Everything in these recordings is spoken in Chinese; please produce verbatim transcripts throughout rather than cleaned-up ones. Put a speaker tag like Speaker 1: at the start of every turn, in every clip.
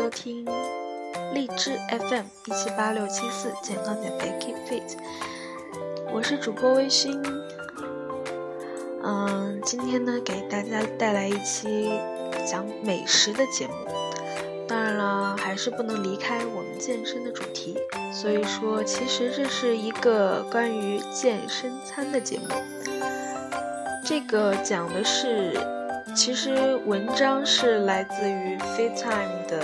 Speaker 1: 收听励志 F M 一七八六七四健康减肥 Keep Fit， 我是主播微醺。嗯，今天呢给大家带来一期讲美食的节目，当然了还是不能离开我们健身的主题，所以说其实这是一个关于健身餐的节目。这个讲的是，其实文章是来自于 FitTime 的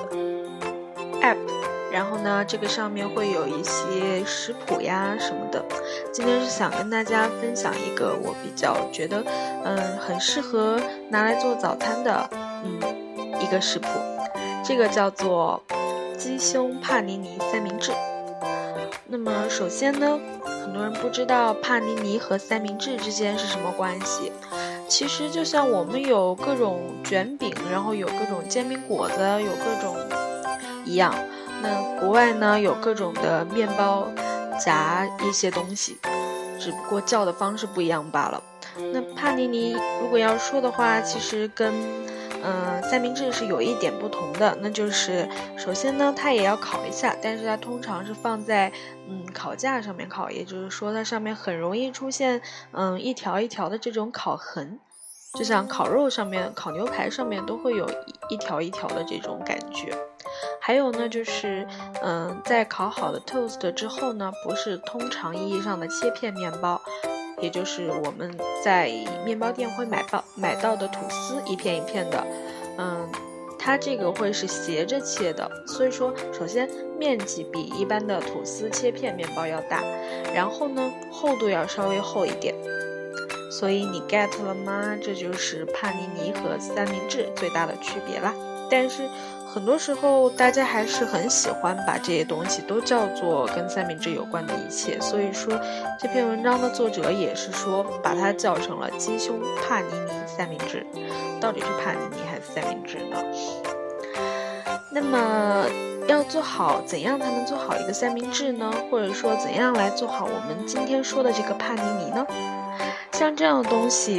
Speaker 1: App， 然后呢这个上面会有一些食谱呀什么的。今天是想跟大家分享一个我比较觉得嗯很适合拿来做早餐的嗯一个食谱，这个叫做鸡胸帕尼尼三明治。那么首先呢，很多人不知道帕尼尼和三明治之间是什么关系。其实就像我们有各种卷饼，然后有各种煎饼果子，有各种一样，那国外呢有各种的面包夹一些东西，只不过叫的方式不一样罢了。那帕尼尼如果要说的话，其实跟嗯，三明治是有一点不同的，那就是首先呢它也要烤一下，但是它通常是放在嗯烤架上面烤，也就是说它上面很容易出现嗯一条一条的这种烤痕，就像烤肉上面烤牛排上面都会有一条一条的这种感觉。还有呢就是嗯在烤好的 toast 之后呢，不是通常意义上的切片面包，也就是我们在面包店会买到买到的吐司，一片一片的，嗯，它这个会是斜着切的，所以说首先面积比一般的吐司切片面包要大，然后呢厚度要稍微厚一点。所以你 get 了吗？这就是帕尼尼和三明治最大的区别啦。但是很多时候大家还是很喜欢把这些东西都叫做跟三明治有关的一切，所以说这篇文章的作者也是说把它叫成了鸡胸帕尼尼三明治。到底是帕尼尼还是三明治呢？那么要做好，怎样才能做好一个三明治呢？或者说怎样来做好我们今天说的这个帕尼尼呢？像这样的东西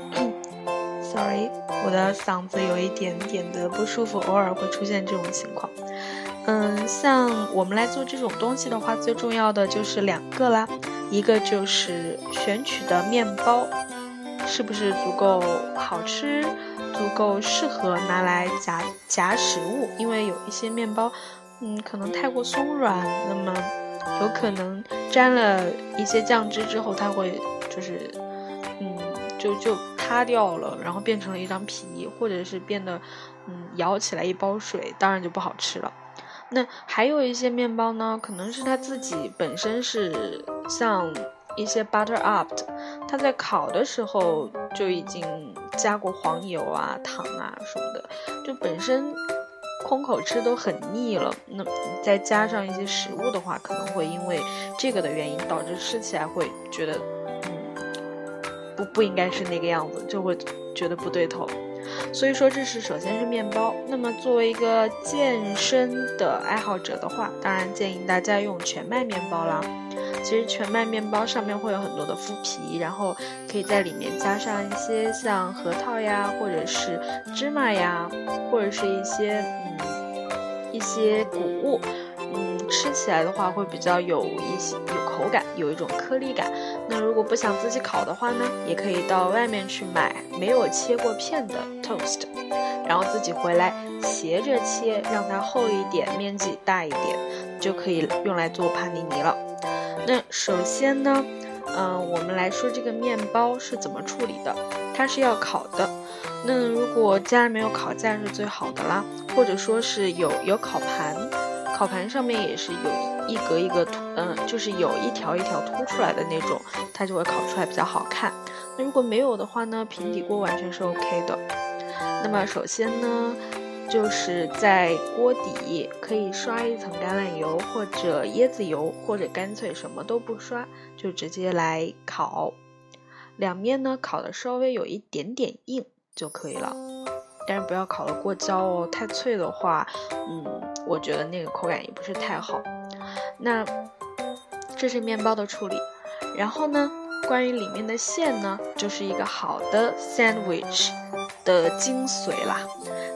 Speaker 1: sorry 我的嗓子有一点点的不舒服，偶尔会出现这种情况。嗯，像我们来做这种东西的话，最重要的就是两个啦，一个就是选取的面包是不是足够好吃，足够适合拿来夹夹食物，因为有一些面包嗯可能太过松软，那么有可能沾了一些酱汁之后它会就是嗯就就塌掉了，然后变成了一张皮，或者是变得嗯舀起来一包水，当然就不好吃了。那还有一些面包呢，可能是它自己本身是像一些 butter up 的，它在烤的时候就已经加过黄油啊糖啊什么的，就本身空口吃都很腻了，那再加上一些食物的话，可能会因为这个的原因导致吃起来会觉得不不应该是那个样子，就会觉得不对头。所以说这是首先是面包。那么作为一个健身的爱好者的话，当然建议大家用全麦面包啦。其实全麦面包上面会有很多的麸皮，然后可以在里面加上一些像核桃呀，或者是芝麻呀，或者是一些嗯一些谷物，嗯吃起来的话会比较有一些有口感，有一种颗粒感。那如果不想自己烤的话呢，也可以到外面去买没有切过片的 toast， 然后自己回来斜着切，让它厚一点，面积大一点，就可以用来做帕尼尼了。那首先呢嗯，我们来说这个面包是怎么处理的。它是要烤的，那如果家里没有烤架是最好的啦，或者说是有有烤盘，烤盘上面也是有一格一格凸，嗯，就是有一条一条凸出来的那种，它就会烤出来比较好看。那如果没有的话呢，平底锅完全是 OK 的。那么首先呢就是在锅底可以刷一层橄榄油或者椰子油，或者干脆什么都不刷，就直接来烤。两面呢烤的稍微有一点点硬就可以了，但是不要烤得过焦哦，太脆的话嗯，我觉得那个口感也不是太好。那这是面包的处理。然后呢关于里面的馅呢，就是一个好的 sandwich 的精髓啦。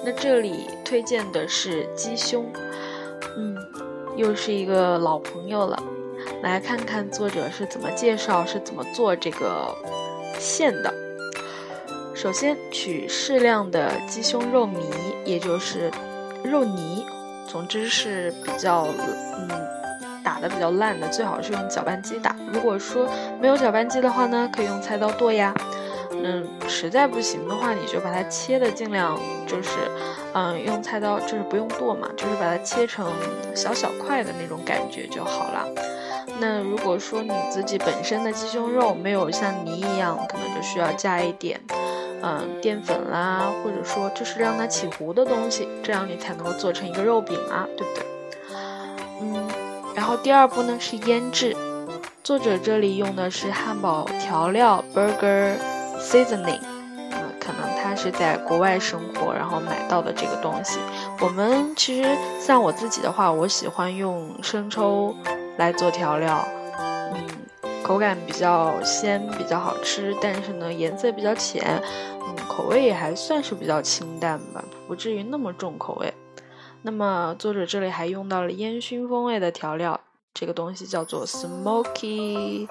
Speaker 1: 那这里推荐的是鸡胸，嗯，又是一个老朋友了。来看看作者是怎么介绍，是怎么做这个馅的。首先取适量的鸡胸肉糜，也就是肉泥，总之是比较嗯打的比较烂的，最好是用搅拌机打。如果说没有搅拌机的话呢，可以用菜刀剁呀。嗯，实在不行的话，你就把它切的尽量就是嗯用菜刀，就是不用剁嘛，就是把它切成小小块的那种感觉就好了。那如果说你自己本身的鸡胸肉没有像泥一样，可能就需要加一点嗯淀粉啦，或者说就是让它起糊的东西，这样你才能够做成一个肉饼啊，对不对？嗯，然后第二步呢是腌制，作者这里用的是汉堡调料 burger seasoning， 嗯，可能他是在国外生活然后买到的这个东西。我们其实像我自己的话，我喜欢用生抽来做调料，嗯，口感比较鲜，比较好吃，但是呢颜色比较浅，嗯，口味也还算是比较清淡吧，不至于那么重口味。那么作者这里还用到了烟熏风味的调料，这个东西叫做 smoky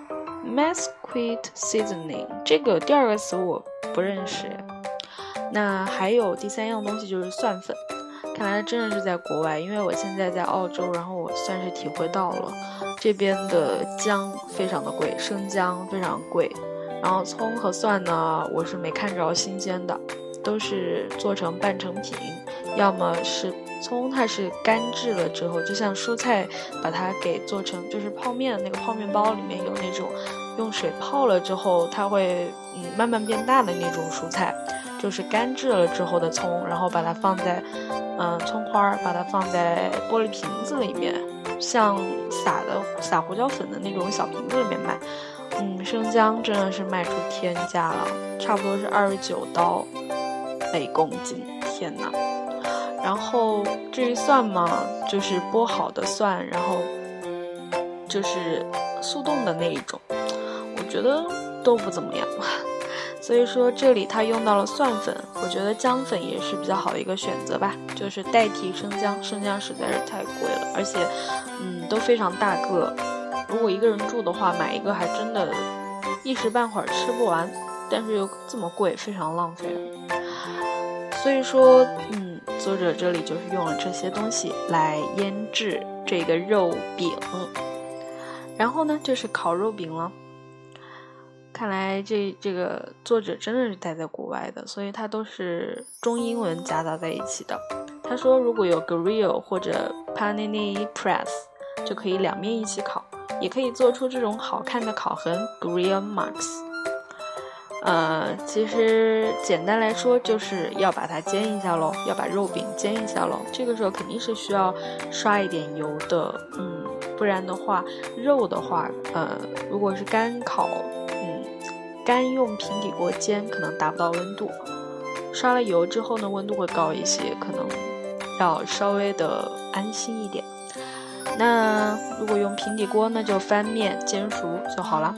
Speaker 1: mesquite seasoning， 这个第二个词我不认识。那还有第三样东西就是蒜粉，看来真的是在国外，因为我现在在澳洲，然后我算是体会到了这边的姜非常的贵，生姜非常贵，然后葱和蒜呢我是没看着新鲜的，都是做成半成品，要么是葱它是干制了之后，就像蔬菜把它给做成就是泡面，那个泡面包里面有那种用水泡了之后它会嗯慢慢变大的那种蔬菜，就是干制了之后的葱，然后把它放在嗯葱花，把它放在玻璃瓶子里面，像撒的撒胡椒粉的那种小瓶子里面卖。嗯，生姜真的是卖出天价了，差不多是二十九刀每公斤，天哪！然后至于蒜嘛，就是剥好的蒜，然后就是速冻的那一种，我觉得都不怎么样。所以说这里它用到了蒜粉，我觉得姜粉也是比较好的一个选择吧，就是代替生姜，生姜实在是太贵了，而且嗯都非常大个，如果一个人住的话，买一个还真的一时半会儿吃不完，但是又这么贵，非常浪费。所以说嗯作者这里就是用了这些东西来腌制这个肉饼。然后呢就是烤肉饼了，看来这这个作者真的是待在国外的，所以他都是中英文夹杂在一起的。他说如果有 grill 或者 panini press 就可以两面一起烤，也可以做出这种好看的烤痕 grill marks。呃，其实简单来说就是要把它煎一下咯，要把肉饼煎一下咯，这个时候肯定是需要刷一点油的，嗯，不然的话肉的话呃，如果是干烤嗯，干用平底锅煎可能达不到温度，刷了油之后呢温度会高一些，可能要稍微的安心一点。那如果用平底锅呢就翻面煎熟就好了。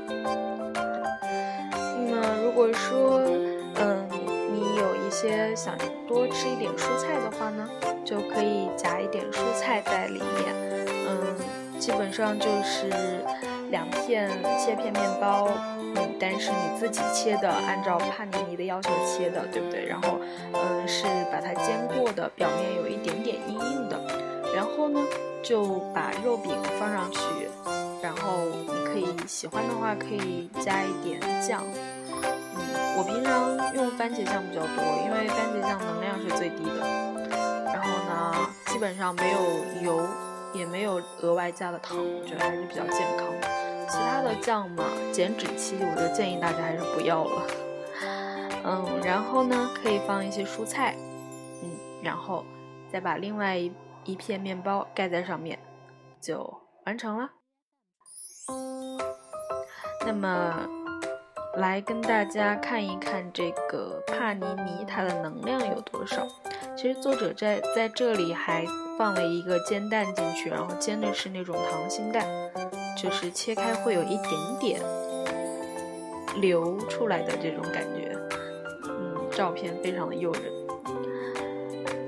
Speaker 1: 那么如果说嗯，你有一些想多吃一点蔬菜的话呢，就可以夹一点蔬菜在里面，嗯，基本上就是两片切片面包，嗯，但是你自己切的，按照帕尼尼的要求切的，对不对？然后嗯，是把它煎过的，表面有一点点硬硬的，然后呢就把肉饼放上去，然后你可以喜欢的话可以加一点酱，嗯，我平常用番茄酱比较多，因为番茄酱能量是最低的，然后呢基本上没有油也没有额外加的糖，我觉得还是比较健康的。其他的酱嘛，减脂期我就建议大家还是不要了。嗯，然后呢可以放一些蔬菜，嗯，然后再把另外一一片面包盖在上面，就完成了。那么来跟大家看一看这个帕尼尼它的能量有多少。其实作者在在这里还放了一个煎蛋进去，然后煎的是那种溏心蛋，就是切开会有一点点流出来的这种感觉，嗯，照片非常的诱人。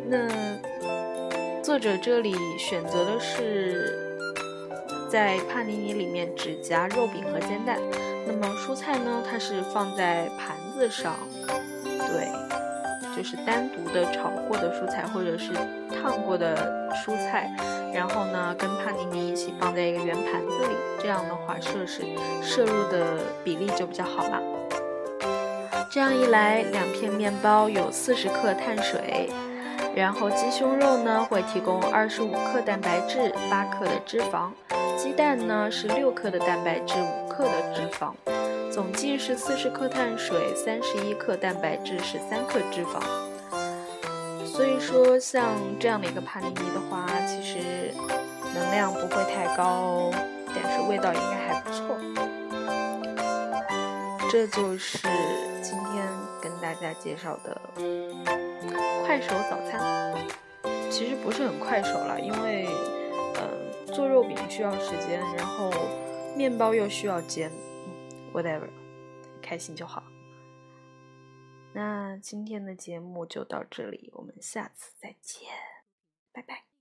Speaker 1: 那作者这里选择的是在帕尼尼里面只夹肉饼和煎蛋，那么蔬菜呢，它是放在盘子上，对，就是单独的炒过的蔬菜或者是烫过的蔬菜，然后呢跟帕尼尼一起放在一个圆盘子里，这样的话摄食摄入的比例就比较好嘛。这样一来，两片面包有四十克碳水，然后鸡胸肉呢会提供二十五克蛋白质，八克的脂肪，鸡蛋呢是六克的蛋白质，五克的脂肪，总计是四十克碳水，三十一克蛋白质，十三克脂肪。所以说像这样的一个帕尼尼的话，其实能量不会太高，但是味道应该还不错。这就是今天跟大家介绍的快手早餐。其实不是很快手了，因为呃做肉饼需要时间，然后面包又需要煎，嗯 whatever， 开心就好。那今天的节目就到这里，我们下次再见，拜拜。